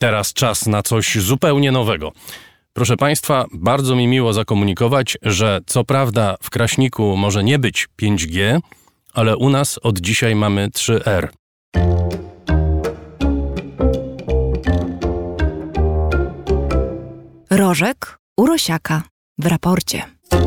Teraz czas na coś zupełnie nowego. Proszę Państwa, bardzo mi miło zakomunikować, że co prawda w Kraśniku może nie być 5G, ale u nas od dzisiaj mamy 3R. Rożek u Rosiaka w raporcie.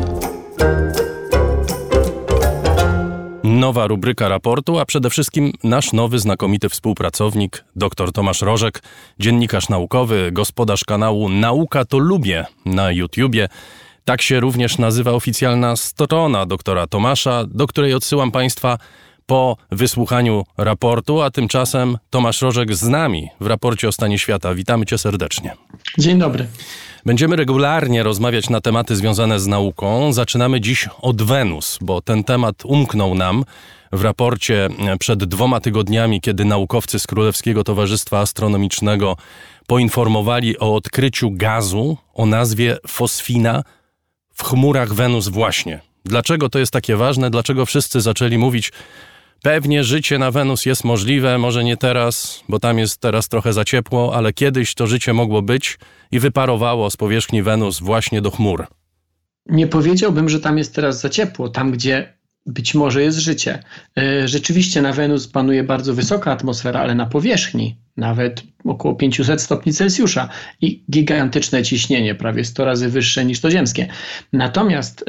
Nowa rubryka raportu, a przede wszystkim nasz nowy, znakomity współpracownik, dr Tomasz Rożek, dziennikarz naukowy, gospodarz kanału Nauka to Lubię na YouTubie. Tak się również nazywa oficjalna strona doktora Tomasza, do której odsyłam Państwa po wysłuchaniu raportu, a tymczasem Tomasz Rożek z nami w raporcie o stanie świata. Witamy Cię serdecznie. Dzień dobry. Będziemy regularnie rozmawiać na tematy związane z nauką. Zaczynamy dziś od Wenus, bo ten temat umknął nam w raporcie przed 2 tygodniami, kiedy naukowcy z Królewskiego Towarzystwa Astronomicznego poinformowali o odkryciu gazu o nazwie fosfina w chmurach Wenus właśnie. Dlaczego to jest takie ważne? Dlaczego wszyscy zaczęli mówić, pewnie życie na Wenus jest możliwe, może nie teraz, bo tam jest teraz trochę za ciepło, ale kiedyś to życie mogło być i wyparowało z powierzchni Wenus właśnie do chmur. Nie powiedziałbym, że tam jest teraz za ciepło, tam gdzie być może jest życie. Rzeczywiście na Wenus panuje bardzo wysoka atmosfera, ale na powierzchni nawet około 500 stopni Celsjusza i gigantyczne ciśnienie, prawie 100 razy wyższe niż to ziemskie. Natomiast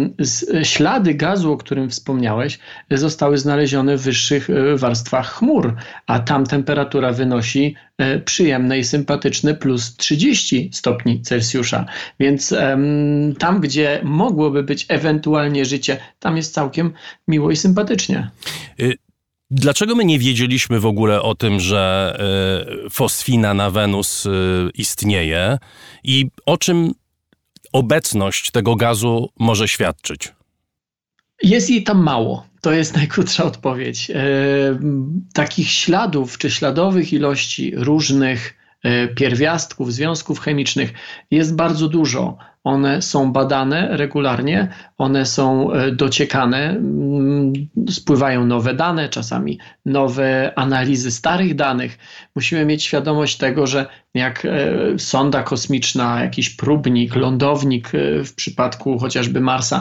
ślady gazu, o którym wspomniałeś, zostały znalezione w wyższych warstwach chmur, a tam temperatura wynosi przyjemne i sympatyczne plus 30 stopni Celsjusza. Więc tam, gdzie mogłoby być ewentualnie życie, tam jest całkiem miło i sympatycznie. Dlaczego my nie wiedzieliśmy w ogóle o tym, że fosfina na Wenus istnieje i o czym obecność tego gazu może świadczyć? Jest jej tam mało. To jest najkrótsza odpowiedź. Takich śladów czy śladowych ilości różnych pierwiastków, związków chemicznych jest bardzo dużo. One są badane regularnie, one są dociekane, spływają nowe dane, czasami nowe analizy starych danych. Musimy mieć świadomość tego, że jak sonda kosmiczna, jakiś próbnik, lądownik w przypadku chociażby Marsa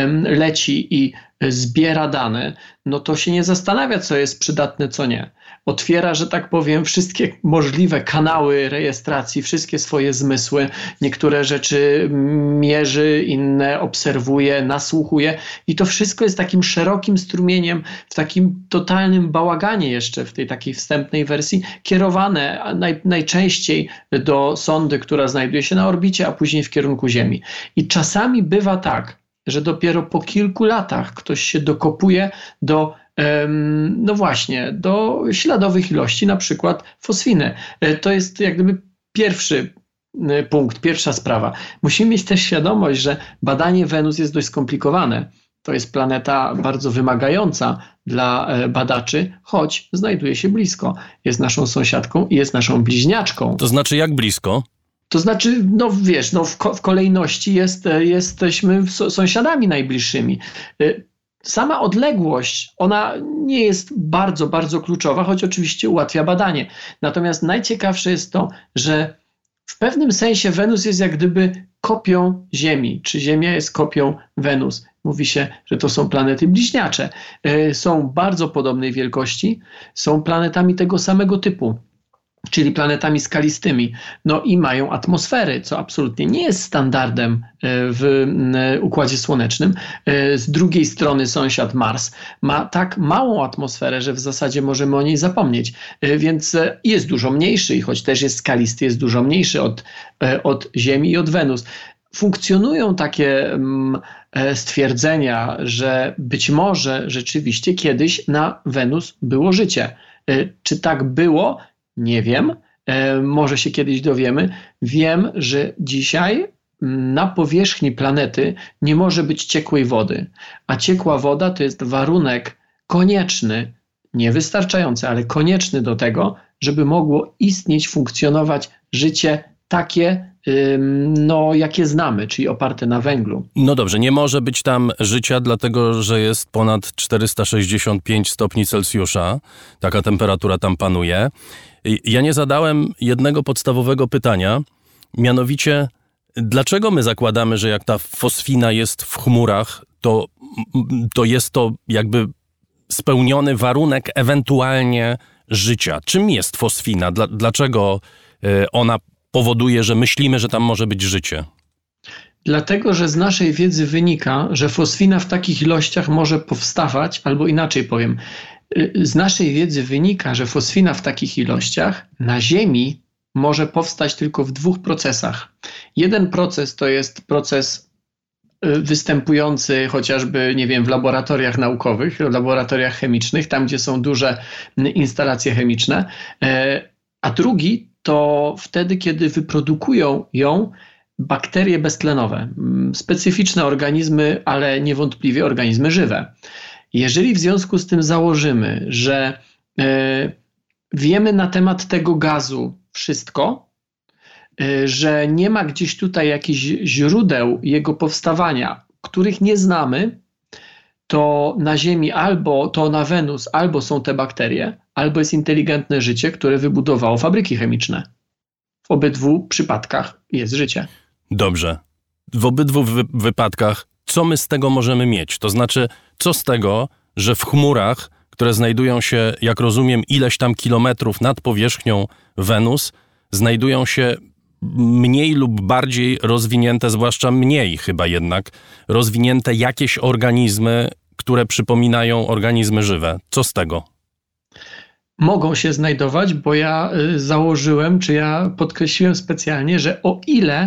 leci i zbiera dane, no to się nie zastanawia, co jest przydatne, co nie. Otwiera, że tak powiem, wszystkie możliwe kanały rejestracji, wszystkie swoje zmysły. Niektóre rzeczy mierzy, inne obserwuje, nasłuchuje i to wszystko jest takim szerokim strumieniem, w takim totalnym bałaganie jeszcze w tej takiej wstępnej wersji, kierowane najczęściej do sondy, która znajduje się na orbicie, a później w kierunku Ziemi. I czasami bywa tak, że dopiero po kilku latach ktoś się dokopuje do no właśnie, do śladowych ilości, na przykład fosfiny. To jest jak gdyby pierwszy punkt, pierwsza sprawa. Musimy mieć też świadomość, że badanie Wenus jest dość skomplikowane. To jest planeta bardzo wymagająca dla badaczy, choć znajduje się blisko. Jest naszą sąsiadką i jest naszą bliźniaczką. To znaczy jak blisko? To znaczy, no wiesz, no w kolejności jesteśmy sąsiadami najbliższymi. Sama odległość, ona nie jest bardzo, bardzo kluczowa, choć oczywiście ułatwia badanie. Natomiast najciekawsze jest to, że w pewnym sensie Wenus jest jak gdyby kopią Ziemi, czy Ziemia jest kopią Wenus. Mówi się, że to są planety bliźniacze. Są bardzo podobnej wielkości, są planetami tego samego typu, czyli planetami skalistymi, no i mają atmosfery, co absolutnie nie jest standardem w Układzie Słonecznym. Z drugiej strony sąsiad Mars ma tak małą atmosferę, że w zasadzie możemy o niej zapomnieć, więc jest dużo mniejszy i choć też jest skalisty, jest dużo mniejszy od Ziemi i od Wenus. Funkcjonują takie stwierdzenia, że być może rzeczywiście kiedyś na Wenus było życie. Czy tak było? Nie wiem, może się kiedyś dowiemy. Wiem, że dzisiaj na powierzchni planety nie może być ciekłej wody, a ciekła woda to jest warunek konieczny, nie wystarczający, ale konieczny do tego, żeby mogło istnieć, funkcjonować życie takie, no, jakie znamy, czyli oparte na węglu. No dobrze, nie może być tam życia, dlatego że jest ponad 465 stopni Celsjusza. Taka temperatura tam panuje. Ja nie zadałem jednego podstawowego pytania, mianowicie dlaczego my zakładamy, że jak ta fosfina jest w chmurach, to jest to jakby spełniony warunek ewentualnie życia. Czym jest fosfina? Dlaczego ona powoduje, że myślimy, że tam może być życie? Dlatego, że z naszej wiedzy wynika, że fosfina w takich ilościach może powstawać, albo inaczej powiem, z naszej wiedzy wynika, że fosfina w takich ilościach na Ziemi może powstać tylko w 2 procesach. Jeden proces to jest proces występujący chociażby, nie wiem, w laboratoriach naukowych, w laboratoriach chemicznych, tam gdzie są duże instalacje chemiczne, a drugi to wtedy, kiedy wyprodukują ją bakterie beztlenowe, specyficzne organizmy, ale niewątpliwie organizmy żywe. Jeżeli w związku z tym założymy, że wiemy na temat tego gazu wszystko, że nie ma gdzieś tutaj jakichś źródeł jego powstawania, których nie znamy, to na Ziemi albo to na Wenus albo są te bakterie, albo jest inteligentne życie, które wybudowało fabryki chemiczne. W obydwu przypadkach jest życie. Dobrze. W obydwu wypadkach co my z tego możemy mieć? To znaczy, co z tego, że w chmurach, które znajdują się, jak rozumiem, ileś tam kilometrów nad powierzchnią Wenus, znajdują się mniej lub bardziej rozwinięte, zwłaszcza mniej chyba jednak, rozwinięte jakieś organizmy, które przypominają organizmy żywe. Co z tego? Mogą się znajdować, bo ja założyłem, czy ja podkreśliłem specjalnie, że o ile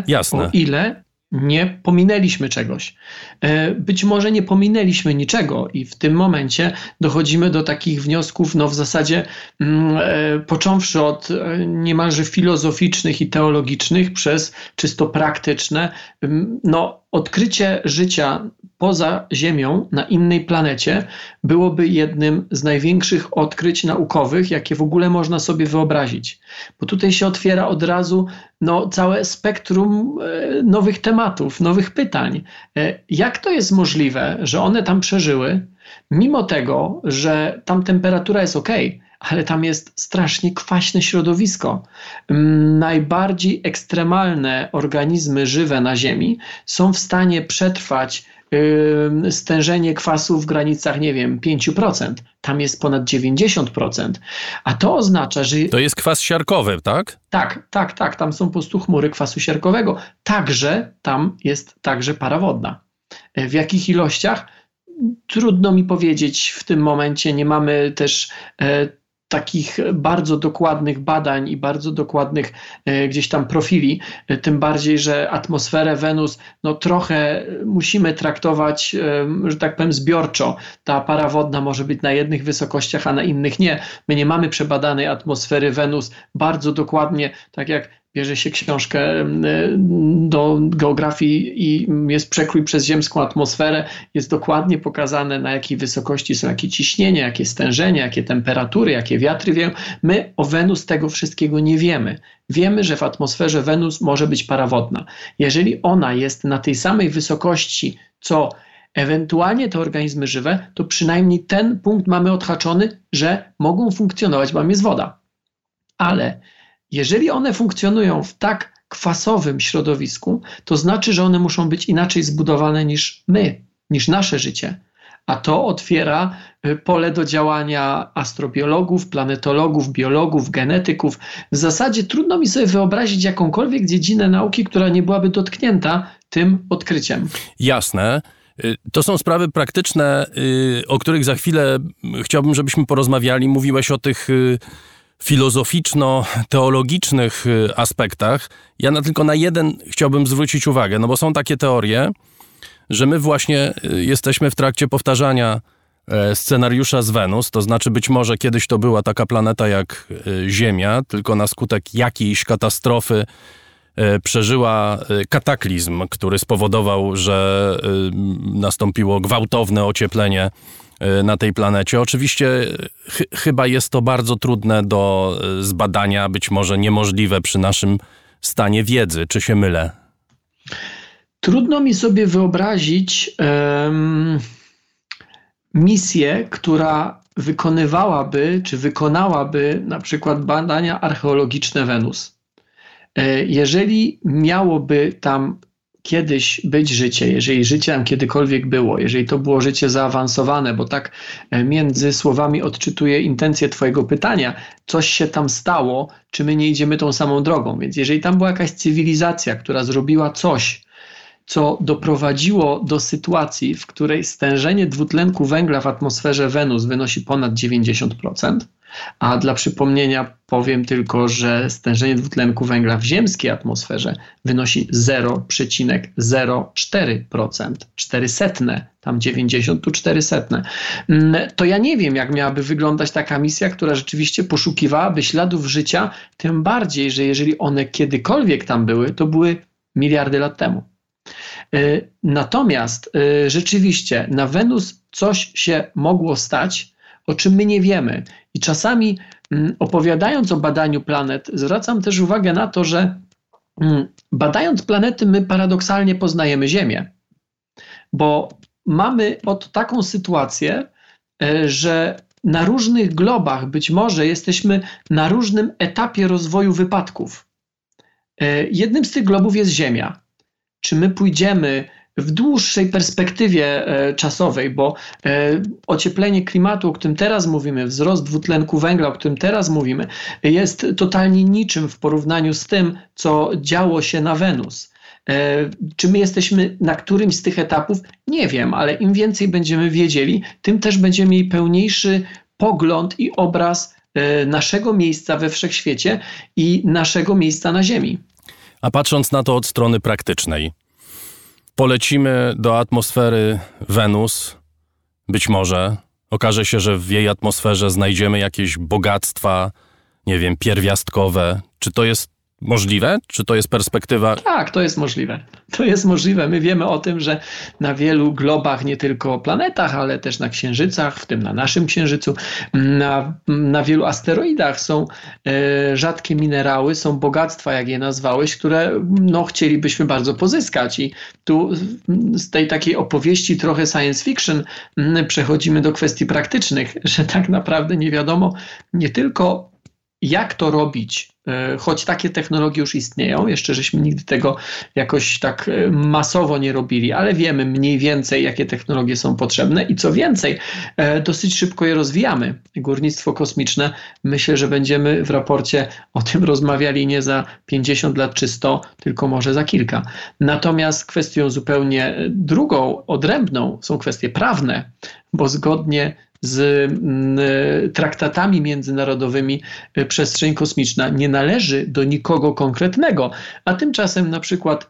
nie pominęliśmy czegoś. Być może nie pominęliśmy niczego i w tym momencie dochodzimy do takich wniosków, no w zasadzie począwszy od niemalże filozoficznych i teologicznych przez czysto praktyczne, no odkrycie życia poza Ziemią na innej planecie byłoby jednym z największych odkryć naukowych, jakie w ogóle można sobie wyobrazić. Bo tutaj się otwiera od razu całe spektrum nowych tematów, nowych pytań. Jak to jest możliwe, że one tam przeżyły, mimo tego, że tam temperatura jest okej, ale tam jest strasznie kwaśne środowisko. Najbardziej ekstremalne organizmy żywe na Ziemi są w stanie przetrwać stężenie kwasu w granicach, 5%. Tam jest ponad 90%. A to oznacza, że... To jest kwas siarkowy, tak? Tak. Tam są po prostu chmury kwasu siarkowego. Tam jest także para wodna. W jakich ilościach? Trudno mi powiedzieć w tym momencie. Nie mamy też takich bardzo dokładnych badań i bardzo dokładnych gdzieś tam profili, tym bardziej, że atmosferę Wenus trochę musimy traktować, że tak powiem, zbiorczo. Ta para wodna może być na jednych wysokościach, a na innych nie. My nie mamy przebadanej atmosfery Wenus bardzo dokładnie, tak jak bierze się książkę do geografii i jest przekrój przez ziemską atmosferę, jest dokładnie pokazane, na jakiej wysokości są jakie ciśnienie, jakie stężenie, jakie temperatury, jakie wiatry wieją. My o Wenus tego wszystkiego nie wiemy. Wiemy, że w atmosferze Wenus może być para wodna. Jeżeli ona jest na tej samej wysokości, co ewentualnie te organizmy żywe, to przynajmniej ten punkt mamy odhaczony, że mogą funkcjonować, bo tam jest woda. Ale jeżeli one funkcjonują w tak kwasowym środowisku, to znaczy, że one muszą być inaczej zbudowane niż my, niż nasze życie. A to otwiera pole do działania astrobiologów, planetologów, biologów, genetyków. W zasadzie trudno mi sobie wyobrazić jakąkolwiek dziedzinę nauki, która nie byłaby dotknięta tym odkryciem. Jasne. To są sprawy praktyczne, o których za chwilę chciałbym, żebyśmy porozmawiali. Mówiłeś o tych filozoficzno-teologicznych aspektach. Ja tylko na jeden chciałbym zwrócić uwagę, bo są takie teorie, że my właśnie jesteśmy w trakcie powtarzania scenariusza z Wenus, to znaczy być może kiedyś to była taka planeta jak Ziemia, tylko na skutek jakiejś katastrofy przeżyła kataklizm, który spowodował, że nastąpiło gwałtowne ocieplenie na tej planecie. Oczywiście chyba jest to bardzo trudne do zbadania, być może niemożliwe przy naszym stanie wiedzy. Czy się mylę? Trudno mi sobie wyobrazić misję, która wykonywałaby, czy wykonałaby na przykład badania archeologiczne Wenus. Jeżeli miałoby tam kiedyś być życie, jeżeli życie tam kiedykolwiek było, jeżeli to było życie zaawansowane, bo tak między słowami odczytuję intencję twojego pytania, coś się tam stało, czy my nie idziemy tą samą drogą, więc jeżeli tam była jakaś cywilizacja, która zrobiła coś, co doprowadziło do sytuacji, w której stężenie dwutlenku węgla w atmosferze Wenus wynosi ponad 90%, a dla przypomnienia powiem tylko, że stężenie dwutlenku węgla w ziemskiej atmosferze wynosi 0,04%, 400, tam 90, tu 400. To ja nie wiem, jak miałaby wyglądać taka misja, która rzeczywiście poszukiwałaby śladów życia, tym bardziej, że jeżeli one kiedykolwiek tam były, to były miliardy lat temu. Natomiast rzeczywiście na Wenus coś się mogło stać, o czym my nie wiemy. I czasami opowiadając o badaniu planet, zwracam też uwagę na to, że badając planety, my paradoksalnie poznajemy Ziemię. Bo mamy taką sytuację, że na różnych globach być może jesteśmy na różnym etapie rozwoju wypadków. Jednym z tych globów jest Ziemia. Czy my pójdziemy w dłuższej perspektywie czasowej, bo ocieplenie klimatu, o którym teraz mówimy, wzrost dwutlenku węgla, o którym teraz mówimy, jest totalnie niczym w porównaniu z tym, co działo się na Wenus. Czy my jesteśmy na którymś z tych etapów? Nie wiem, ale im więcej będziemy wiedzieli, tym też będziemy mieli pełniejszy pogląd i obraz naszego miejsca we wszechświecie i naszego miejsca na Ziemi. A patrząc na to od strony praktycznej, polecimy do atmosfery Wenus, być może okaże się, że w jej atmosferze znajdziemy jakieś bogactwa, nie wiem, pierwiastkowe. Czy to jest możliwe? Czy to jest perspektywa? Tak, to jest możliwe. To jest możliwe. My wiemy o tym, że na wielu globach, nie tylko planetach, ale też na księżycach, w tym na naszym księżycu, na wielu asteroidach są rzadkie minerały, są bogactwa, jak je nazwałeś, które chcielibyśmy bardzo pozyskać. I tu z tej takiej opowieści trochę science fiction przechodzimy do kwestii praktycznych, że tak naprawdę nie wiadomo nie tylko jak to robić, choć takie technologie już istnieją, jeszcze żeśmy nigdy tego jakoś tak masowo nie robili, ale wiemy mniej więcej, jakie technologie są potrzebne i co więcej, dosyć szybko je rozwijamy. Górnictwo kosmiczne, myślę, że będziemy w raporcie o tym rozmawiali nie za 50 lat czy 100, tylko może za kilka. Natomiast kwestią zupełnie drugą, odrębną są kwestie prawne, bo zgodnie z traktatami międzynarodowymi przestrzeń kosmiczna nie należy do nikogo konkretnego, a tymczasem na przykład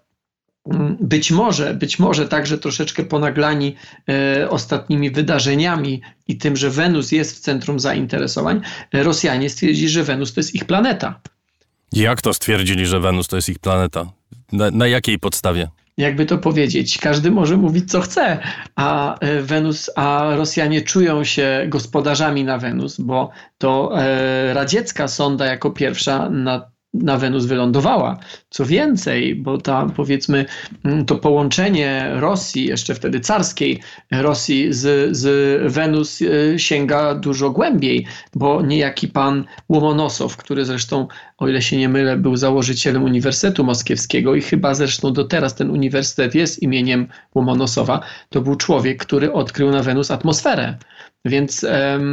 być może także troszeczkę ponaglani ostatnimi wydarzeniami i tym, że Wenus jest w centrum zainteresowań, Rosjanie stwierdzili, że Wenus to jest ich planeta. Jak to stwierdzili, że Wenus to jest ich planeta? Na jakiej podstawie? Jakby to powiedzieć, każdy może mówić co chce, a Rosjanie czują się gospodarzami na Wenus, bo to radziecka sonda jako pierwsza na Wenus wylądowała. Co więcej, bo powiedzmy to połączenie Rosji, jeszcze wtedy carskiej Rosji z Wenus sięga dużo głębiej, bo niejaki pan Łomonosow, który zresztą, o ile się nie mylę, był założycielem Uniwersytetu Moskiewskiego i chyba zresztą do teraz ten uniwersytet jest imieniem Łomonosowa, to był człowiek, który odkrył na Wenus atmosferę. Więc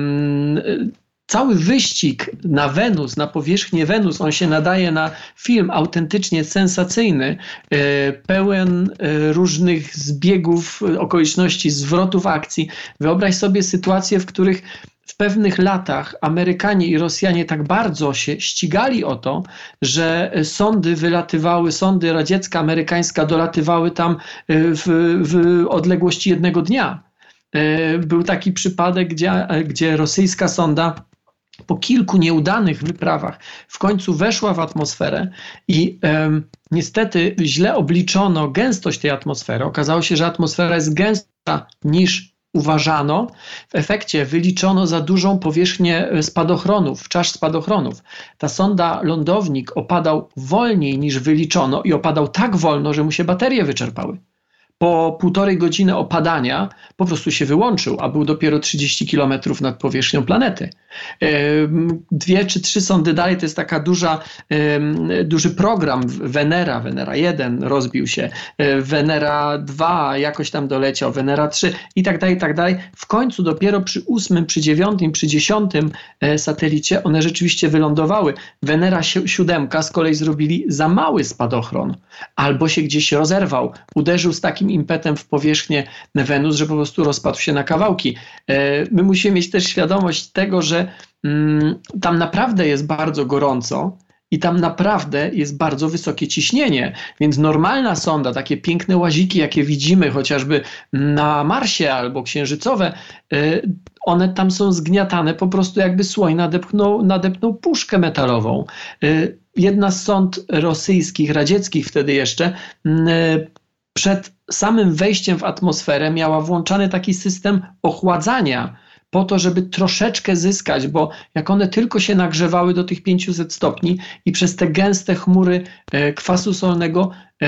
cały wyścig na Wenus, na powierzchnię Wenus, on się nadaje na film autentycznie sensacyjny, pełen różnych zbiegów, okoliczności, zwrotów akcji. Wyobraź sobie sytuacje, w których w pewnych latach Amerykanie i Rosjanie tak bardzo się ścigali o to, że sondy radziecka, amerykańska dolatywały tam w odległości jednego dnia. Był taki przypadek, gdzie rosyjska sonda po kilku nieudanych wyprawach w końcu weszła w atmosferę i niestety źle obliczono gęstość tej atmosfery. Okazało się, że atmosfera jest gęstsza niż uważano. W efekcie wyliczono za dużą powierzchnię spadochronów, czasz spadochronów. Ta sonda lądownik opadał wolniej niż wyliczono i opadał tak wolno, że mu się baterie wyczerpały. po 1,5 godziny opadania po prostu się wyłączył, a był dopiero 30 kilometrów nad powierzchnią planety. 2 czy 3 sondy dalej, to jest taka duży program Venera 1 rozbił się, Venera 2 jakoś tam doleciał, Venera 3 i tak dalej. W końcu dopiero przy 8, przy 9, przy 10 satelicie one rzeczywiście wylądowały. Venera 7 z kolei zrobili za mały spadochron, albo się gdzieś rozerwał, uderzył z takim impetem w powierzchnię Wenus, że po prostu rozpadł się na kawałki. My musimy mieć też świadomość tego, że tam naprawdę jest bardzo gorąco i tam naprawdę jest bardzo wysokie ciśnienie, więc normalna sonda, takie piękne łaziki, jakie widzimy chociażby na Marsie albo księżycowe, one tam są zgniatane po prostu jakby słoń nadepnął puszkę metalową. Jedna z sond rosyjskich, radzieckich wtedy jeszcze, przed samym wejściem w atmosferę miała włączany taki system ochładzania po to, żeby troszeczkę zyskać, bo jak one tylko się nagrzewały do tych 500 stopni i przez te gęste chmury kwasu solnego,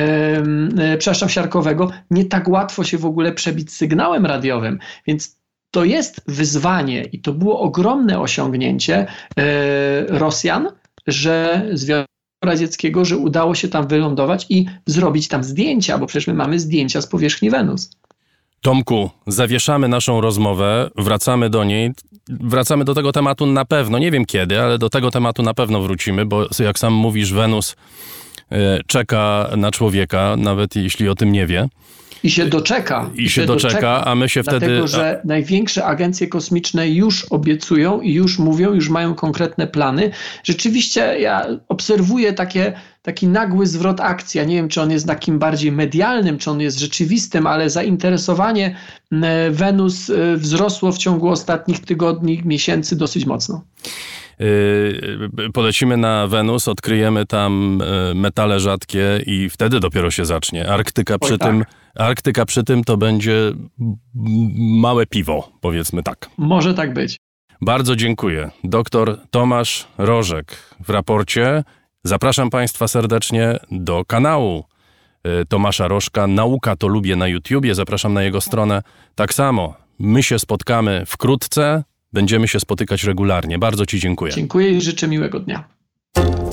siarkowego, nie tak łatwo się w ogóle przebić sygnałem radiowym, więc to jest wyzwanie i to było ogromne osiągnięcie Rosjan, że Związku Radzieckiego, że udało się tam wylądować i zrobić tam zdjęcia, bo przecież my mamy zdjęcia z powierzchni Wenus. Tomku, zawieszamy naszą rozmowę, wracamy do niej, wracamy do tego tematu na pewno, nie wiem kiedy, ale do tego tematu na pewno wrócimy, bo jak sam mówisz, Wenus czeka na człowieka, nawet jeśli o tym nie wie. I się doczeka. A my się wtedy... Dlatego, że największe agencje kosmiczne już obiecują i już mówią, już mają konkretne plany. Rzeczywiście ja obserwuję taki nagły zwrot akcji. Ja nie wiem, czy on jest takim bardziej medialnym, czy on jest rzeczywistym, ale zainteresowanie Wenus wzrosło w ciągu ostatnich tygodni, miesięcy dosyć mocno. Polecimy na Wenus, odkryjemy tam metale rzadkie i wtedy dopiero się zacznie. Arktyka przy tym to będzie małe piwo, powiedzmy tak. Może tak być. Bardzo dziękuję. Doktor Tomasz Rożek w raporcie. Zapraszam Państwa serdecznie do kanału Tomasza Rożka. Nauka to lubię na YouTubie. Zapraszam na jego stronę. Tak samo, my się spotkamy wkrótce. Będziemy się spotykać regularnie. Bardzo Ci dziękuję. Dziękuję i życzę miłego dnia.